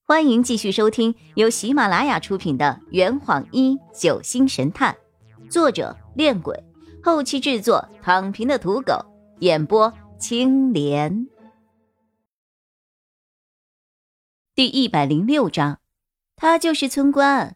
欢迎继续收听由喜马拉雅出品的《圆谎一九星神探》，作者恋鬼，后期制作躺平的土狗，演播青莲。第106章，他就是村官。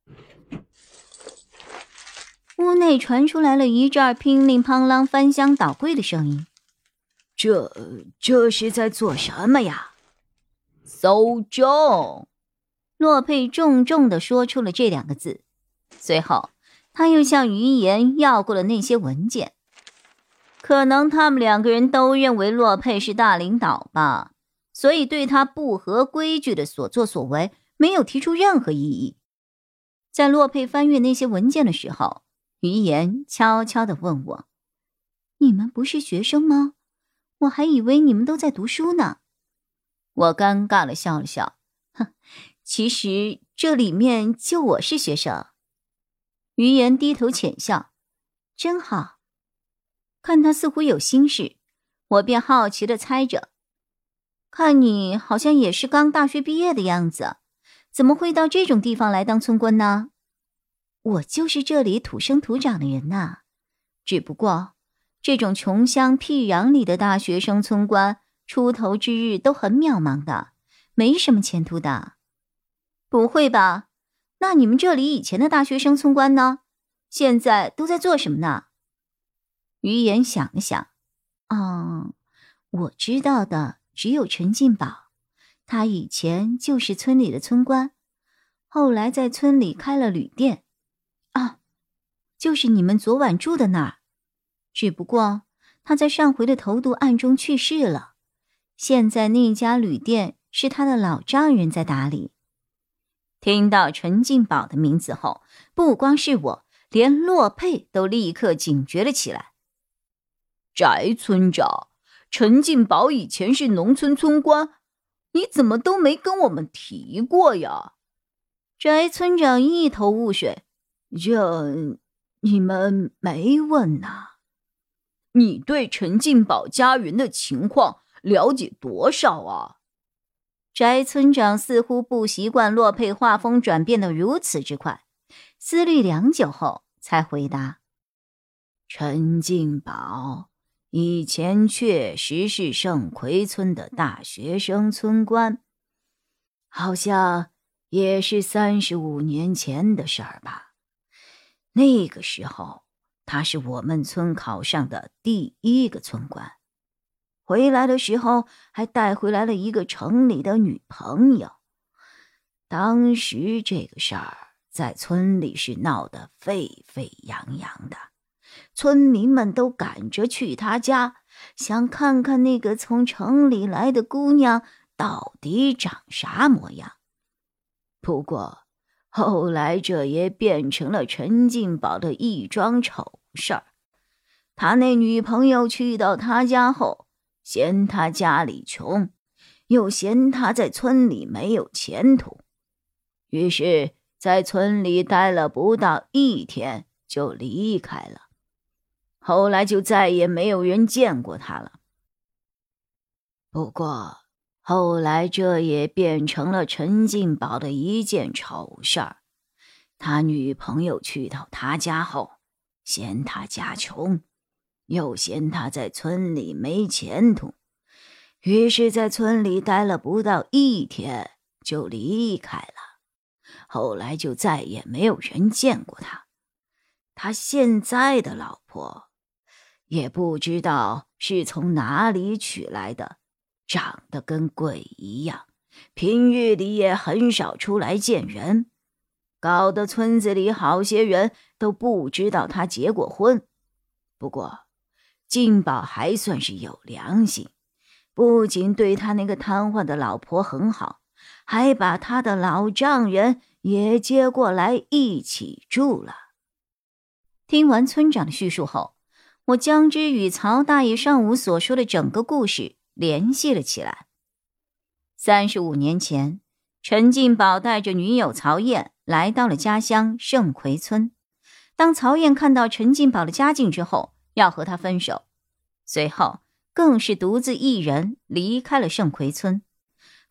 屋内传出来了一阵乒铃乓啷翻箱倒柜的声音。 这是在做什么呀？ 搜证。洛佩重重地说出了这2个字，随后他又向于言要过了那些文件。可能他们2个人都认为洛佩是大领导吧，所以对他不合规矩的所作所为没有提出任何异议。在洛佩翻阅那些文件的时候，于言悄悄地问我：你们不是学生吗？我还以为你们都在读书呢。我尴尬地笑了笑，其实这里面就我是学生。于言低头浅笑，真好。看他似乎有心事，我便好奇地猜着，看你好像也是刚大学毕业的样子，怎么会到这种地方来当村官呢？我就是这里土生土长的人呐，只不过这种穷乡僻壤里的大学生村官，出头之日都很渺茫的，没什么前途的。不会吧？那你们这里以前的大学生村官呢？现在都在做什么呢？于言想了想，我知道的只有陈进宝，他以前就是村里的村官，后来在村里开了旅店。就是你们昨晚住的那儿。只不过他在上回的投毒案中去世了，现在那家旅店是他的老丈人在打理。听到陈进宝的名字后，不光是我，连洛佩都立刻警觉了起来。翟村长，陈进宝以前是农村村官，你怎么都没跟我们提过呀？翟村长一头雾水，你们没问呐？你对陈进宝家人的情况了解多少啊？翟村长似乎不习惯洛佩话锋转变得如此之快，思虑良久后才回答：陈进宝以前确实是盛奎村的大学生村官，好像也是35年前的事儿吧。那个时候他是我们村考上的第1个村官，回来的时候还带回来了一个城里的女朋友。当时这个事儿在村里是闹得沸沸扬扬的，村民们都赶着去他家，想看看那个从城里来的姑娘到底长啥模样。不过后来这也变成了陈进宝的一桩丑事儿。他那女朋友去到他家后，嫌他家里穷，又嫌他在村里没有前途，于是在村里待了不到1天就离开了。后来就再也没有人见过他了。不过后来这也变成了陈进宝的一件丑事儿。他女朋友去到他家后，嫌他家穷，又嫌他在村里没前途，于是在村里待了不到1天就离开了。后来就再也没有人见过他。他现在的老婆也不知道是从哪里娶来的，长得跟鬼一样，平日里也很少出来见人，搞得村子里好些人都不知道他结过婚。不过进宝还算是有良心，不仅对他那个瘫痪的老婆很好，还把他的老丈人也接过来一起住了。听完村长的叙述后，我将之与曹大爷上午所说的整个故事联系了起来。35年前，陈进宝带着女友曹燕来到了家乡盛奎村。当曹燕看到陈进宝的家境之后，要和他分手，随后更是独自一人离开了盛奎村。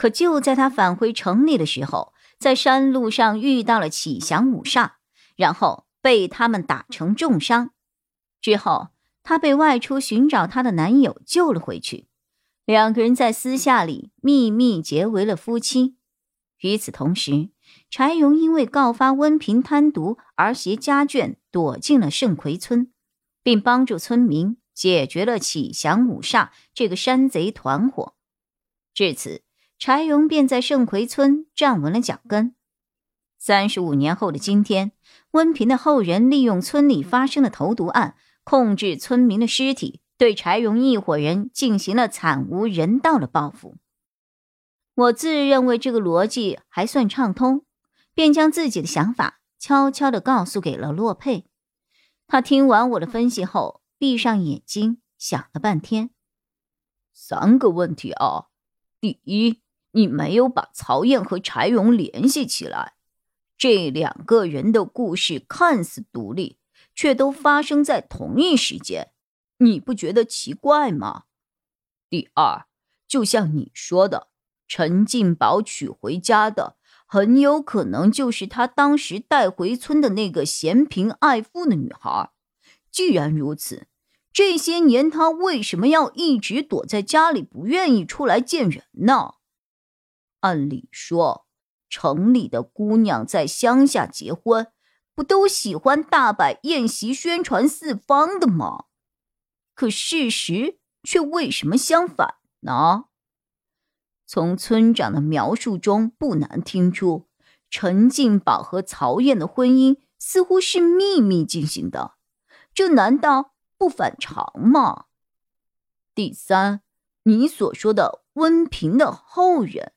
可就在他返回城里的时候，在山路上遇到了启祥五煞，然后被他们打成重伤。之后她被外出寻找她的男友救了回去，两个人在私下里秘密结为了夫妻。与此同时，柴荣因为告发温平贪毒而携家眷躲进了圣葵村，并帮助村民解决了启祥五煞这个山贼团伙。至此，柴荣便在圣葵村站稳了脚跟。35年后的今天，温平的后人利用村里发生的投毒案，控制村民的尸体，对柴荣一伙人进行了惨无人道的报复。我自认为这个逻辑还算畅通，便将自己的想法悄悄地告诉给了洛佩。他听完我的分析后，闭上眼睛想了半天。 3个问题啊。第一，你没有把曹燕和柴荣联系起来，这2个人的故事看似独立，却都发生在同一时间，你不觉得奇怪吗？第二，就像你说的，陈进宝娶回家的很有可能就是他当时带回村的那个嫌贫爱富的女孩。既然如此，这些年他为什么要一直躲在家里不愿意出来见人呢？按理说，城里的姑娘在乡下结婚，不都喜欢大摆宴席宣传四方的吗？可事实却为什么相反呢？从村长的描述中不难听出，陈进宝和曹燕的婚姻似乎是秘密进行的，这难道不反常吗？第三，你所说的温平的后人，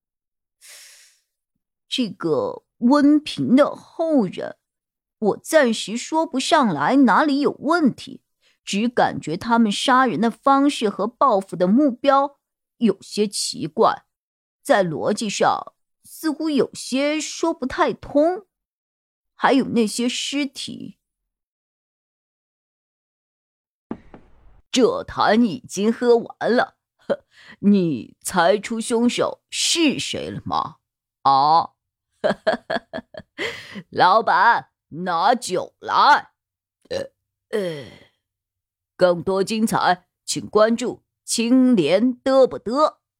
这个温平的后人，我暂时说不上来哪里有问题，只感觉他们杀人的方式和报复的目标有些奇怪，在逻辑上似乎有些说不太通。还有那些尸体。这坛已经喝完了，你猜出凶手是谁了吗？啊，老板，拿酒来。更多精彩，请关注青莲嘚不嘚。